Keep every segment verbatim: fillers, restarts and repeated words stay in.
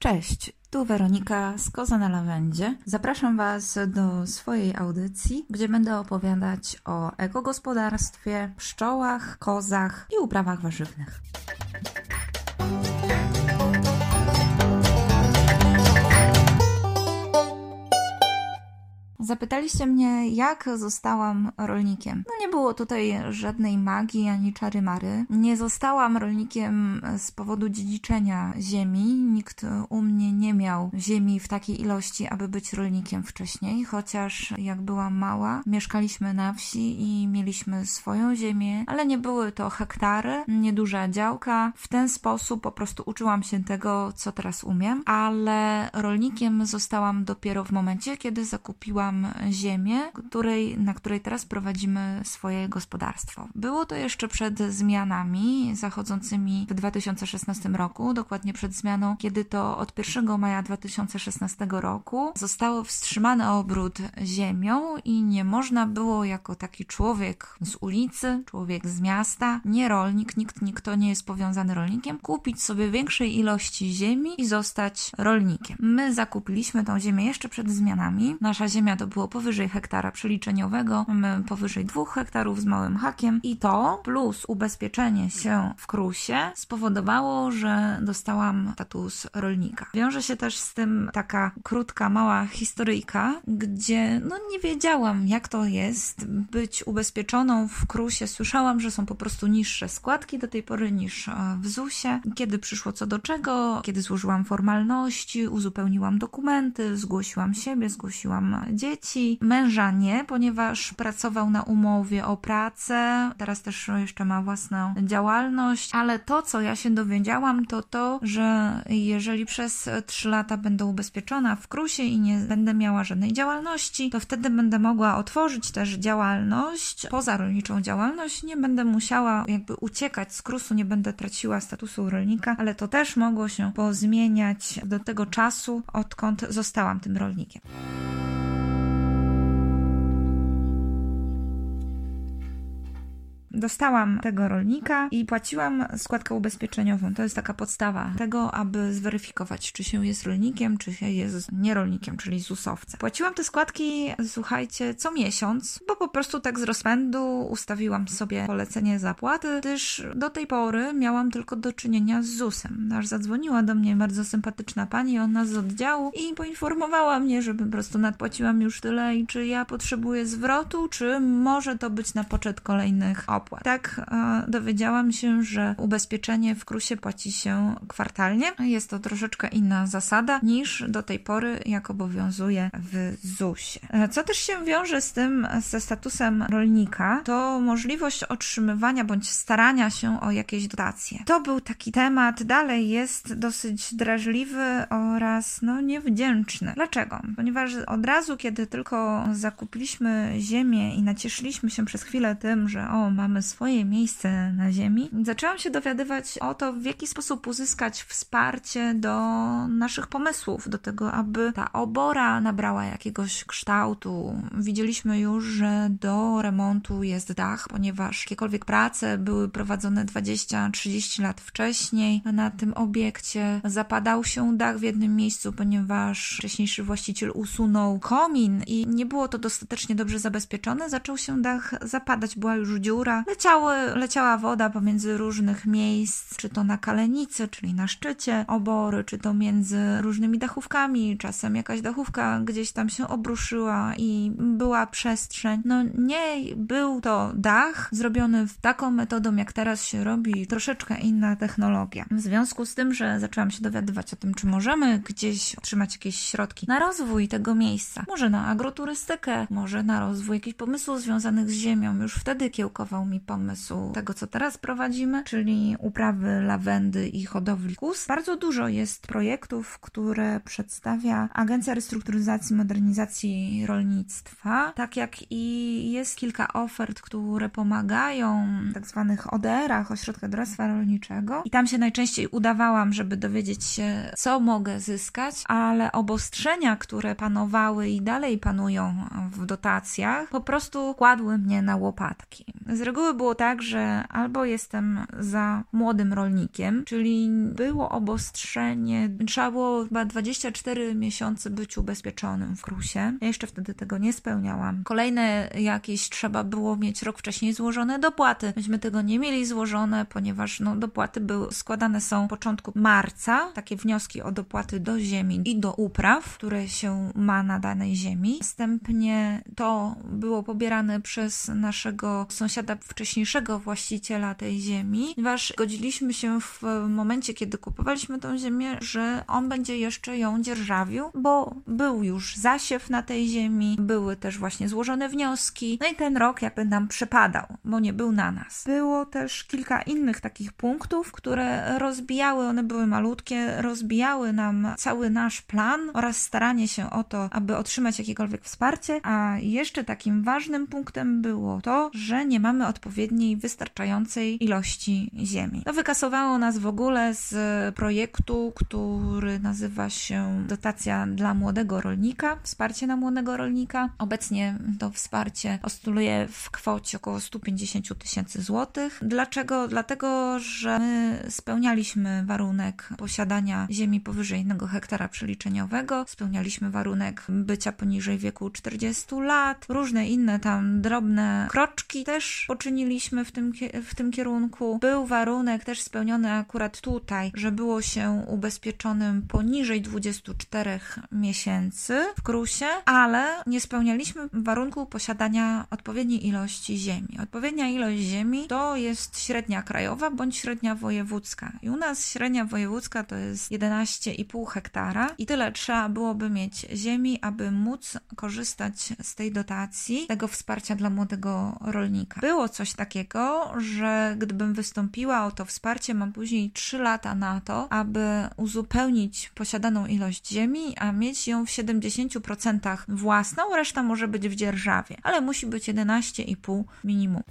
Cześć, tu Weronika z Koza na Lawendzie. Zapraszam Was do swojej audycji, gdzie będę opowiadać o ekogospodarstwie, pszczołach, kozach i uprawach warzywnych. Zapytaliście mnie, jak zostałam rolnikiem. No nie było tutaj żadnej magii ani czary-mary. Nie zostałam rolnikiem z powodu dziedziczenia ziemi. Nikt u mnie nie miał ziemi w takiej ilości, aby być rolnikiem wcześniej. Chociaż jak byłam mała, mieszkaliśmy na wsi i mieliśmy swoją ziemię, ale nie były to hektary, nieduża działka. W ten sposób po prostu uczyłam się tego, co teraz umiem. Ale rolnikiem zostałam dopiero w momencie, kiedy zakupiłam ziemię, której, na której teraz prowadzimy swoje gospodarstwo. Było to jeszcze przed zmianami zachodzącymi w dwa tysiące szesnastym roku, dokładnie przed zmianą, kiedy to od pierwszego maja dwa tysiące szesnastego roku został wstrzymany obrót ziemią i nie można było jako taki człowiek z ulicy, człowiek z miasta, nie rolnik, nikt, nikt kto nie jest powiązany rolnikiem, kupić sobie większej ilości ziemi i zostać rolnikiem. My zakupiliśmy tą ziemię jeszcze przed zmianami. Nasza ziemia to było powyżej hektara przeliczeniowego, mamy powyżej dwóch hektarów z małym hakiem i to plus ubezpieczenie się w krusie spowodowało, że dostałam status rolnika. Wiąże się też z tym taka krótka, mała historyjka, gdzie no nie wiedziałam, jak to jest być ubezpieczoną w krusie. Słyszałam, że są po prostu niższe składki do tej pory niż w zusie. Kiedy przyszło co do czego, kiedy złożyłam formalności, uzupełniłam dokumenty, zgłosiłam siebie, zgłosiłam dzieci. Męża nie, ponieważ pracował na umowie o pracę, teraz też jeszcze ma własną działalność, ale to, co ja się dowiedziałam, to to, że jeżeli przez trzy lata będę ubezpieczona w krusie i nie będę miała żadnej działalności, to wtedy będę mogła otworzyć też działalność, pozarolniczą działalność, nie będę musiała jakby uciekać z krusu, nie będę traciła statusu rolnika, ale to też mogło się pozmieniać do tego czasu, odkąd zostałam tym rolnikiem. Dostałam tego rolnika i płaciłam składkę ubezpieczeniową. To jest taka podstawa tego, aby zweryfikować, czy się jest rolnikiem, czy się jest nierolnikiem, czyli zusowcem. Płaciłam te składki, słuchajcie, co miesiąc, bo po prostu tak z rozpędu ustawiłam sobie polecenie zapłaty, gdyż do tej pory miałam tylko do czynienia z zusem. Aż zadzwoniła do mnie bardzo sympatyczna pani, ona z oddziału i poinformowała mnie, że po prostu nadpłaciłam już tyle i czy ja potrzebuję zwrotu, czy może to być na poczet kolejnych opłat. Tak e, dowiedziałam się, że ubezpieczenie w krusie płaci się kwartalnie. Jest to troszeczkę inna zasada niż do tej pory, jak obowiązuje w zusie. E, co też się wiąże z tym, ze statusem rolnika, to możliwość otrzymywania bądź starania się o jakieś dotacje. To był taki temat, dalej jest dosyć drażliwy oraz no niewdzięczny. Dlaczego? Ponieważ od razu, kiedy tylko zakupiliśmy ziemię i nacieszyliśmy się przez chwilę tym, że o, mamy swoje miejsce na ziemi, zaczęłam się dowiadywać o to, w jaki sposób uzyskać wsparcie do naszych pomysłów, do tego, aby ta obora nabrała jakiegoś kształtu. Widzieliśmy już, że do remontu jest dach, ponieważ jakiekolwiek prace były prowadzone dwadzieścia trzydzieści lat wcześniej na tym obiekcie. Zapadał się dach w jednym miejscu, ponieważ wcześniejszy właściciel usunął komin i nie było to dostatecznie dobrze zabezpieczone. Zaczął się dach zapadać, była już dziura. Leciały, leciała woda pomiędzy różnych miejsc, czy to na kalenicy, czyli na szczycie obory, czy to między różnymi dachówkami. Czasem jakaś dachówka gdzieś tam się obruszyła i była przestrzeń. No nie był to dach zrobiony taką metodą, jak teraz się robi, troszeczkę inna technologia. W związku z tym, że zaczęłam się dowiadywać o tym, czy możemy gdzieś otrzymać jakieś środki na rozwój tego miejsca, może na agroturystykę, może na rozwój jakichś pomysłów związanych z ziemią. Już wtedy kiełkował mi pomysł tego, co teraz prowadzimy, czyli uprawy lawendy i hodowli kóz. Bardzo dużo jest projektów, które przedstawia Agencja Restrukturyzacji i Modernizacji Rolnictwa, tak jak i jest kilka ofert, które pomagają w tak zwanych O D R-ach, Ośrodkach Doradztwa Rolniczego i tam się najczęściej udawałam, żeby dowiedzieć się, co mogę zyskać, ale obostrzenia, które panowały i dalej panują w dotacjach, po prostu kładły mnie na łopatki. Z reguły reguły było tak, że albo jestem za młodym rolnikiem, czyli było obostrzenie, trzeba było chyba dwadzieścia cztery miesiące być ubezpieczonym w krusie. Ja jeszcze wtedy tego nie spełniałam. Kolejne jakieś trzeba było mieć rok wcześniej złożone dopłaty. Myśmy tego nie mieli złożone, ponieważ no, dopłaty były, składane są w początku marca, takie wnioski o dopłaty do ziemi i do upraw, które się ma na danej ziemi. Następnie to było pobierane przez naszego sąsiada, wcześniejszego właściciela tej ziemi, ponieważ godziliśmy się w momencie, kiedy kupowaliśmy tą ziemię, że on będzie jeszcze ją dzierżawił, bo był już zasiew na tej ziemi, były też właśnie złożone wnioski, no i ten rok jakby nam przypadał, bo nie był na nas. Było też kilka innych takich punktów, które rozbijały, one były malutkie, rozbijały nam cały nasz plan oraz staranie się o to, aby otrzymać jakiekolwiek wsparcie, a jeszcze takim ważnym punktem było to, że nie mamy odpowiedniej, wystarczającej ilości ziemi. To wykasowało nas w ogóle z projektu, który nazywa się Dotacja dla młodego rolnika, wsparcie na młodego rolnika. Obecnie to wsparcie oscyluje w kwocie około sto pięćdziesiąt tysięcy złotych. Dlaczego? Dlatego, że my spełnialiśmy warunek posiadania ziemi powyżej jednego hektara przeliczeniowego, spełnialiśmy warunek bycia poniżej wieku czterdziestu lat, różne inne tam drobne kroczki też poczyniliśmy w tym, w tym kierunku. Był warunek też spełniony akurat tutaj, że było się ubezpieczonym poniżej dwudziestu czterech miesięcy w krusie, ale nie spełnialiśmy warunku posiadania odpowiedniej ilości ziemi. Odpowiednia ilość ziemi to jest średnia krajowa bądź średnia wojewódzka. I u nas średnia wojewódzka to jest jedenaście i pół hektara i tyle trzeba byłoby mieć ziemi, aby móc korzystać z tej dotacji, tego wsparcia dla młodego rolnika. Było coś takiego, że gdybym wystąpiła o to wsparcie, mam później trzy lata na to, aby uzupełnić posiadaną ilość ziemi, a mieć ją w siedemdziesięciu procentach własną, reszta może być w dzierżawie, ale musi być jedenaście i pół minimum.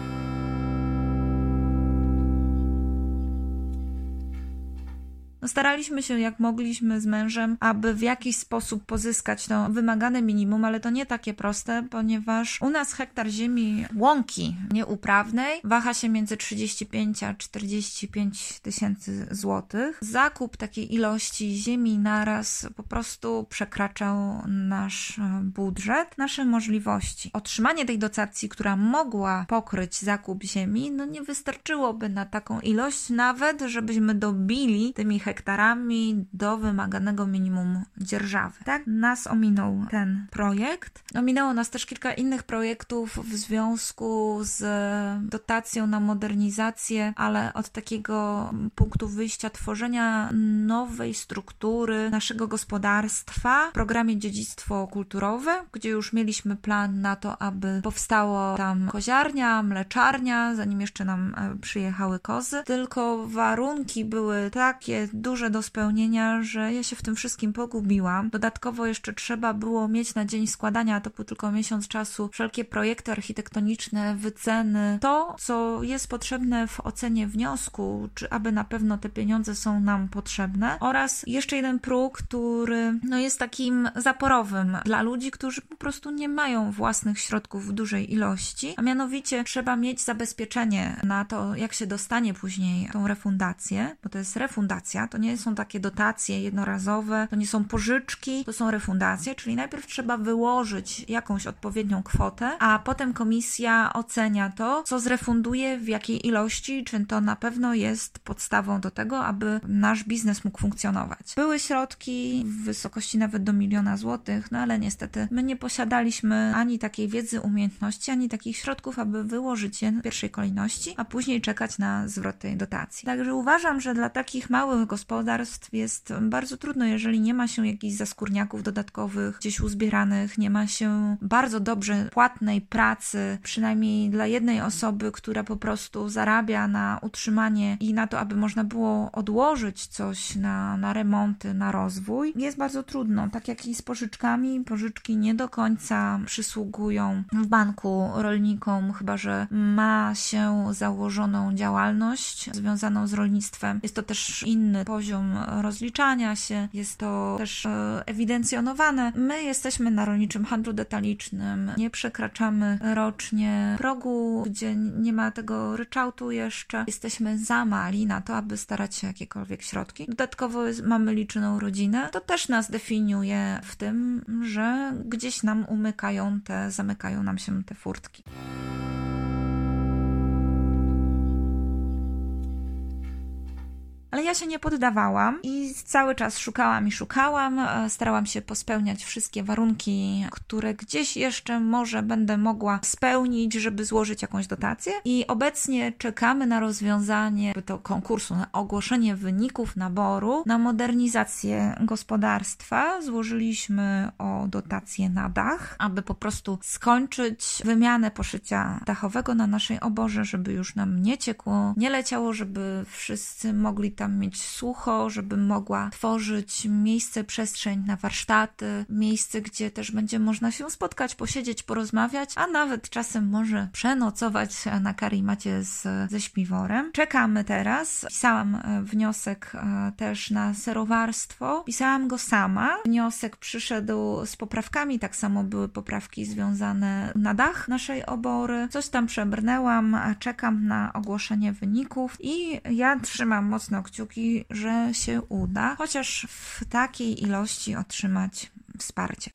No staraliśmy się jak mogliśmy z mężem, aby w jakiś sposób pozyskać to wymagane minimum, ale to nie takie proste, ponieważ u nas hektar ziemi łąki nieuprawnej waha się między trzydzieści pięć a czterdzieści pięć tysięcy złotych. Zakup takiej ilości ziemi naraz po prostu przekraczał nasz budżet, nasze możliwości. Otrzymanie tej dotacji, która mogła pokryć zakup ziemi, no nie wystarczyłoby na taką ilość, nawet żebyśmy dobili tymi hektarami do wymaganego minimum dzierżawy. Tak nas ominął ten projekt. Ominęło nas też kilka innych projektów w związku z dotacją na modernizację, ale od takiego punktu wyjścia tworzenia nowej struktury naszego gospodarstwa w programie Dziedzictwo Kulturowe, gdzie już mieliśmy plan na to, aby powstało tam koziarnia, mleczarnia, zanim jeszcze nam przyjechały kozy. Tylko warunki były takie duże do spełnienia, że ja się w tym wszystkim pogubiłam. Dodatkowo jeszcze trzeba było mieć na dzień składania, a to był tylko miesiąc czasu, wszelkie projekty architektoniczne, wyceny, to, co jest potrzebne w ocenie wniosku, czy aby na pewno te pieniądze są nam potrzebne, oraz jeszcze jeden próg, który no, jest takim zaporowym dla ludzi, którzy po prostu nie mają własnych środków w dużej ilości, a mianowicie trzeba mieć zabezpieczenie na to, jak się dostanie później tą refundację, bo to jest refundacja, to nie są takie dotacje jednorazowe, to nie są pożyczki, to są refundacje, czyli najpierw trzeba wyłożyć jakąś odpowiednią kwotę, a potem komisja ocenia to, co zrefunduje, w jakiej ilości, czy to na pewno jest podstawą do tego, aby nasz biznes mógł funkcjonować. Były środki w wysokości nawet do miliona złotych, no ale niestety my nie posiadaliśmy ani takiej wiedzy, umiejętności, ani takich środków, aby wyłożyć je w pierwszej kolejności, a później czekać na zwrot tej dotacji. Także uważam, że dla takich małych gospodarstw jest bardzo trudno, jeżeli nie ma się jakichś zaskórniaków dodatkowych gdzieś uzbieranych, nie ma się bardzo dobrze płatnej pracy, przynajmniej dla jednej osoby, która po prostu zarabia na utrzymanie i na to, aby można było odłożyć coś na, na remonty, na rozwój, jest bardzo trudno. Tak jak i z pożyczkami, pożyczki nie do końca przysługują w banku rolnikom, chyba że ma się założoną działalność związaną z rolnictwem. Jest to też inny poziom rozliczania się, jest to też ewidencjonowane. My jesteśmy na rolniczym handlu detalicznym, nie przekraczamy rocznie progu, gdzie nie ma tego ryczałtu jeszcze. Jesteśmy za mali na to, aby starać się jakiekolwiek środki. Dodatkowo jest, mamy liczną rodzinę. To też nas definiuje w tym, że gdzieś nam umykają te, zamykają nam się te furtki. Ale ja się nie poddawałam i cały czas szukałam i szukałam, starałam się pospełniać wszystkie warunki, które gdzieś jeszcze może będę mogła spełnić, żeby złożyć jakąś dotację. I obecnie czekamy na rozwiązanie to konkursu, na ogłoszenie wyników naboru, na modernizację gospodarstwa. Złożyliśmy o dotację na dach, aby po prostu skończyć wymianę poszycia dachowego na naszej oborze, żeby już nam nie ciekło, nie leciało, żeby wszyscy mogli tam mieć sucho, żeby mogła tworzyć miejsce, przestrzeń na warsztaty, miejsce, gdzie też będzie można się spotkać, posiedzieć, porozmawiać, a nawet czasem może przenocować na karimacie z, ze śpiworem. Czekamy teraz. Pisałam wniosek też na serowarstwo. Pisałam go sama. Wniosek przyszedł z poprawkami, tak samo były poprawki związane na dach naszej obory. Coś tam przebrnęłam, a czekam na ogłoszenie wyników i ja trzymam mocno kciuki, że się uda, chociaż w takiej ilości otrzymać wsparcie.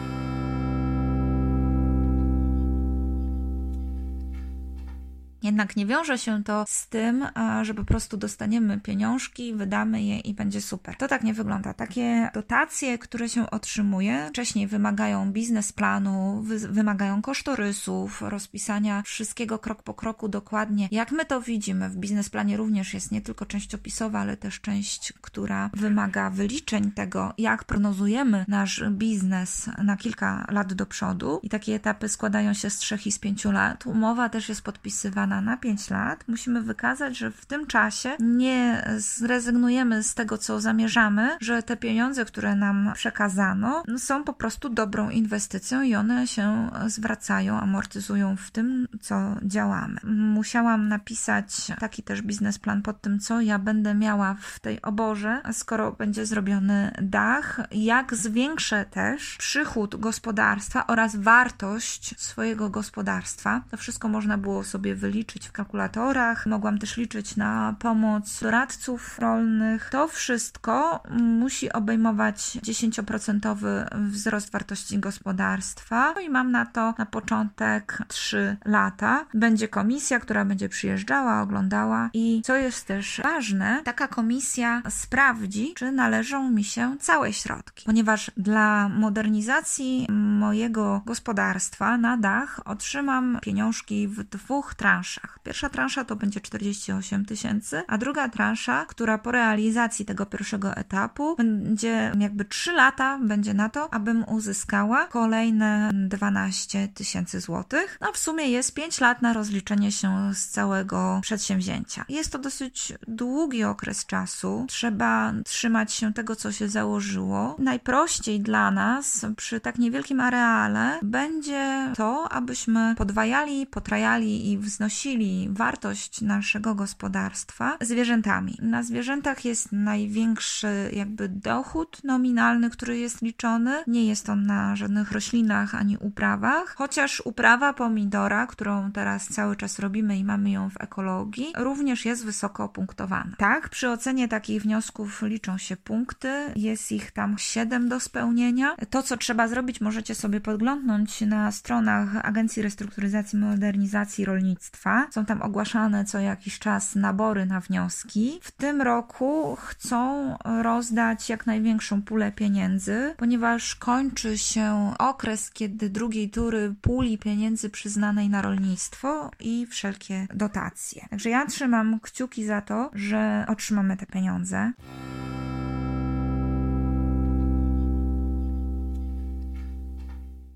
Jednak nie wiąże się to z tym, że po prostu dostaniemy pieniążki, wydamy je i będzie super. To tak nie wygląda. Takie dotacje, które się otrzymuje, wcześniej wymagają biznesplanu, wy- wymagają kosztorysów, rozpisania wszystkiego krok po kroku dokładnie. Jak my to widzimy, w biznesplanie również jest nie tylko część opisowa, ale też część, która wymaga wyliczeń tego, jak prognozujemy nasz biznes na kilka lat do przodu. I takie etapy składają się z trzech i z pięciu lat. Umowa też jest podpisywana na pięć lat. Musimy wykazać, że w tym czasie nie zrezygnujemy z tego, co zamierzamy, że te pieniądze, które nam przekazano, są po prostu dobrą inwestycją i one się zwracają, amortyzują w tym, co działamy. Musiałam napisać taki też biznesplan pod tym, co ja będę miała w tej oborze, skoro będzie zrobiony dach, jak zwiększę też przychód gospodarstwa oraz wartość swojego gospodarstwa. To wszystko można było sobie wyliczyć w kalkulatorach. Mogłam też liczyć na pomoc doradców rolnych. To wszystko musi obejmować dziesięcioprocentowy wzrost wartości gospodarstwa. No i mam na to na początek trzy lata. Będzie komisja, która będzie przyjeżdżała, oglądała i co jest też ważne, taka komisja sprawdzi, czy należą mi się całe środki. Ponieważ dla modernizacji mojego gospodarstwa na dach otrzymam pieniążki w dwóch transzach. Pierwsza transza to będzie czterdzieści osiem tysięcy, a druga transza, która po realizacji tego pierwszego etapu będzie jakby trzy lata będzie na to, abym uzyskała kolejne dwanaście tysięcy złotych. No w sumie jest pięć lat na rozliczenie się z całego przedsięwzięcia. Jest to dosyć długi okres czasu. Trzeba trzymać się tego, co się założyło. Najprościej dla nas przy tak niewielkim areale będzie to, abyśmy podwajali, potrajali i wznosili wartość naszego gospodarstwa zwierzętami. Na zwierzętach jest największy jakby dochód nominalny, który jest liczony. Nie jest on na żadnych roślinach ani uprawach, chociaż uprawa pomidora, którą teraz cały czas robimy i mamy ją w ekologii, również jest wysoko opunktowana. Tak, przy ocenie takich wniosków liczą się punkty. Jest ich tam siedem do spełnienia. To, co trzeba zrobić, możecie sobie podglądnąć na stronach Agencji Restrukturyzacji i Modernizacji Rolnictwa. Są tam ogłaszane co jakiś czas nabory na wnioski. W tym roku chcą rozdać jak największą pulę pieniędzy, ponieważ kończy się okres, kiedy drugiej tury puli pieniędzy przyznanej na rolnictwo i wszelkie dotacje. Także ja trzymam kciuki za to, że otrzymamy te pieniądze.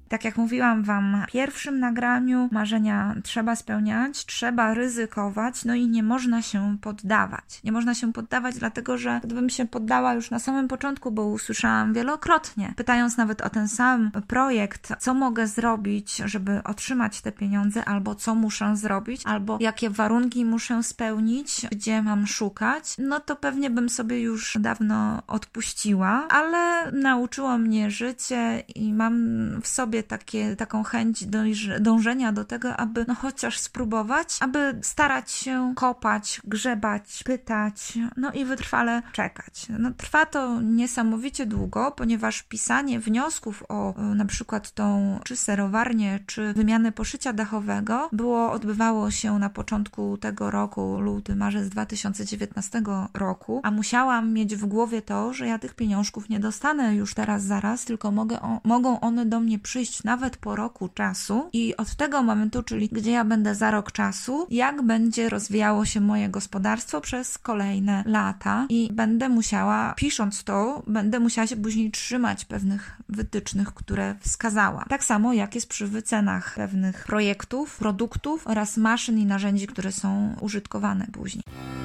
Tak jak mówiłam Wam w pierwszym nagraniu, marzenia trzeba spełniać, trzeba ryzykować, no i nie można się poddawać. Nie można się poddawać, dlatego że gdybym się poddała już na samym początku, bo usłyszałam wielokrotnie, pytając nawet o ten sam projekt, co mogę zrobić, żeby otrzymać te pieniądze, albo co muszę zrobić, albo jakie warunki muszę spełnić, gdzie mam szukać, no to pewnie bym sobie już dawno odpuściła, ale nauczyło mnie życie i mam w sobie takie, taką chęć dojrz- dążenia do tego, aby no chociaż spróbować, aby starać się kopać, grzebać, pytać, no i wytrwale czekać. No trwa to niesamowicie długo, ponieważ pisanie wniosków o na przykład tą czy serowarnię, czy wymianę poszycia dachowego było, odbywało się na początku tego roku, luty, marzec dwa tysiące dziewiętnastego roku, a musiałam mieć w głowie to, że ja tych pieniążków nie dostanę już teraz, zaraz, tylko mogę o, mogą one do mnie przyjść nawet po roku czasu i od tego momentu, czyli gdzie ja będę za rok czasu, jak będzie rozwijało się moje gospodarstwo przez kolejne lata i będę musiała, pisząc to, będę musiała się później trzymać pewnych wytycznych, które wskazałam. Tak samo jak jest przy wycenach pewnych projektów, produktów oraz maszyn i narzędzi, które są użytkowane później.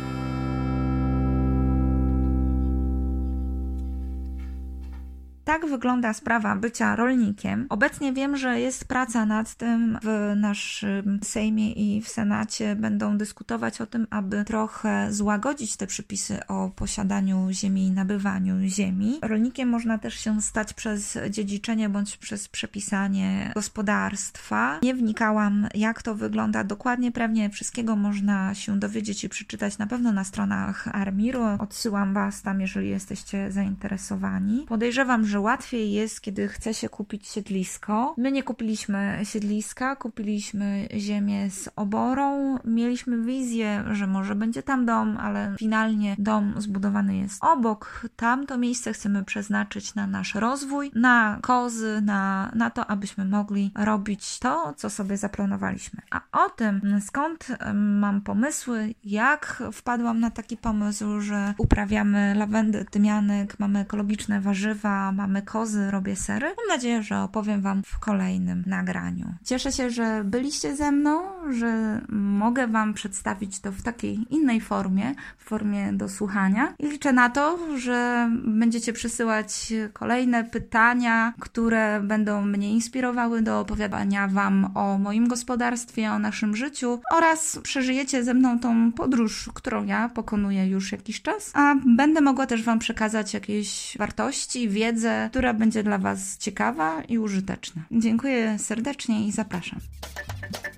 Tak wygląda sprawa bycia rolnikiem. Obecnie wiem, że jest praca nad tym w naszym Sejmie i w Senacie. Będą dyskutować o tym, aby trochę złagodzić te przepisy o posiadaniu ziemi i nabywaniu ziemi. Rolnikiem można też się stać przez dziedziczenie bądź przez przepisanie gospodarstwa. Nie wnikałam, jak to wygląda dokładnie. Pewnie wszystkiego można się dowiedzieć i przeczytać na pewno na stronach Armiru. Odsyłam Was tam, jeżeli jesteście zainteresowani. Podejrzewam, że łatwiej jest, kiedy chce się kupić siedlisko. My nie kupiliśmy siedliska, kupiliśmy ziemię z oborą. Mieliśmy wizję, że może będzie tam dom, ale finalnie dom zbudowany jest obok. Tamto miejsce chcemy przeznaczyć na nasz rozwój, na kozy, na, na to, abyśmy mogli robić to, co sobie zaplanowaliśmy. A o tym, skąd mam pomysły, jak wpadłam na taki pomysł, że uprawiamy lawendę, tymianek, mamy ekologiczne warzywa, mamy kozy, robię sery. Mam nadzieję, że opowiem Wam w kolejnym nagraniu. Cieszę się, że byliście ze mną, że mogę Wam przedstawić to w takiej innej formie, w formie do słuchania. I liczę na to, że będziecie przysyłać kolejne pytania, które będą mnie inspirowały do opowiadania Wam o moim gospodarstwie, o naszym życiu oraz przeżyjecie ze mną tą podróż, którą ja pokonuję już jakiś czas, a będę mogła też Wam przekazać jakieś wartości, wiedzę, która będzie dla Was ciekawa i użyteczna. Dziękuję serdecznie i zapraszam.